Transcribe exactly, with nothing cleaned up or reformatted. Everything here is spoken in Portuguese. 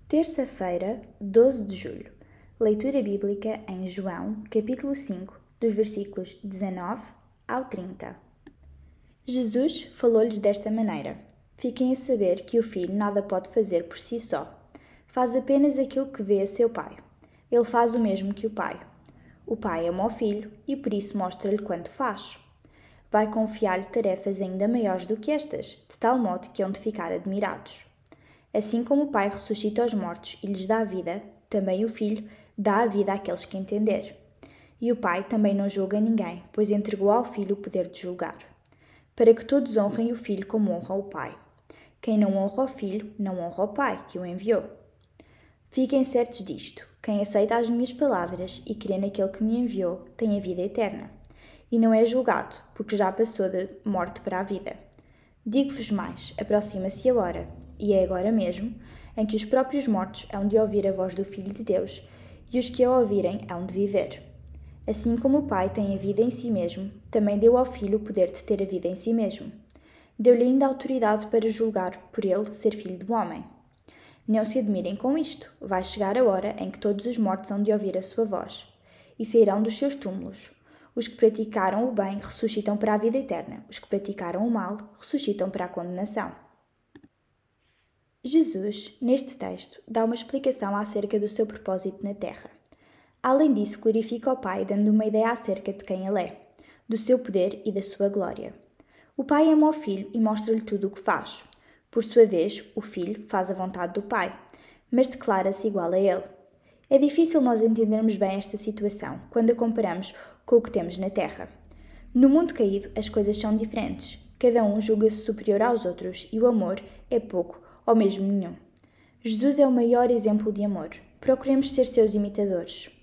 Terça-feira, doze de julho. Leitura bíblica em João, capítulo cinco, dos versículos dezanove ao trinta. Jesus falou-lhes desta maneira: Fiquem a saber que o Filho nada pode fazer por si só. Faz apenas aquilo que vê a seu Pai. Ele faz o mesmo que o Pai. O Pai ama o Filho e por isso mostra-lhe quanto faz. Vai confiar-lhe tarefas ainda maiores do que estas, de tal modo que hão de ficar admirados. Assim como o Pai ressuscita os mortos e lhes dá a vida, também o Filho dá a vida àqueles que entender. E o Pai também não julga ninguém, pois entregou ao Filho o poder de julgar, para que todos honrem o Filho como honram o Pai. Quem não honra o Filho, não honra o Pai, que o enviou. Fiquem certos disto: quem aceita as minhas palavras e crê naquele que me enviou, tem a vida eterna, e não é julgado, porque já passou da morte para a vida. Digo-vos mais: aproxima-se a hora, e é agora mesmo, em que os próprios mortos hão de ouvir a voz do Filho de Deus, e os que a ouvirem hão de viver. Assim como o Pai tem a vida em si mesmo, também deu ao Filho o poder de ter a vida em si mesmo. Deu-lhe ainda a autoridade para julgar, por ele ser filho do homem. Não se admirem com isto: vai chegar a hora em que todos os mortos hão de ouvir a sua voz, e sairão dos seus túmulos. Os que praticaram o bem ressuscitam para a vida eterna, os que praticaram o mal ressuscitam para a condenação. Jesus, neste texto, dá uma explicação acerca do seu propósito na Terra. Além disso, glorifica o Pai, dando uma ideia acerca de quem Ele é, do seu poder e da sua glória. O Pai ama o Filho e mostra-lhe tudo o que faz. Por sua vez, o Filho faz a vontade do Pai, mas declara-se igual a Ele. É difícil nós entendermos bem esta situação quando a comparamos com o que temos na Terra. No mundo caído, as coisas são diferentes. Cada um julga-se superior aos outros e o amor é pouco ou mesmo nenhum. Jesus é o maior exemplo de amor. Procuremos ser seus imitadores.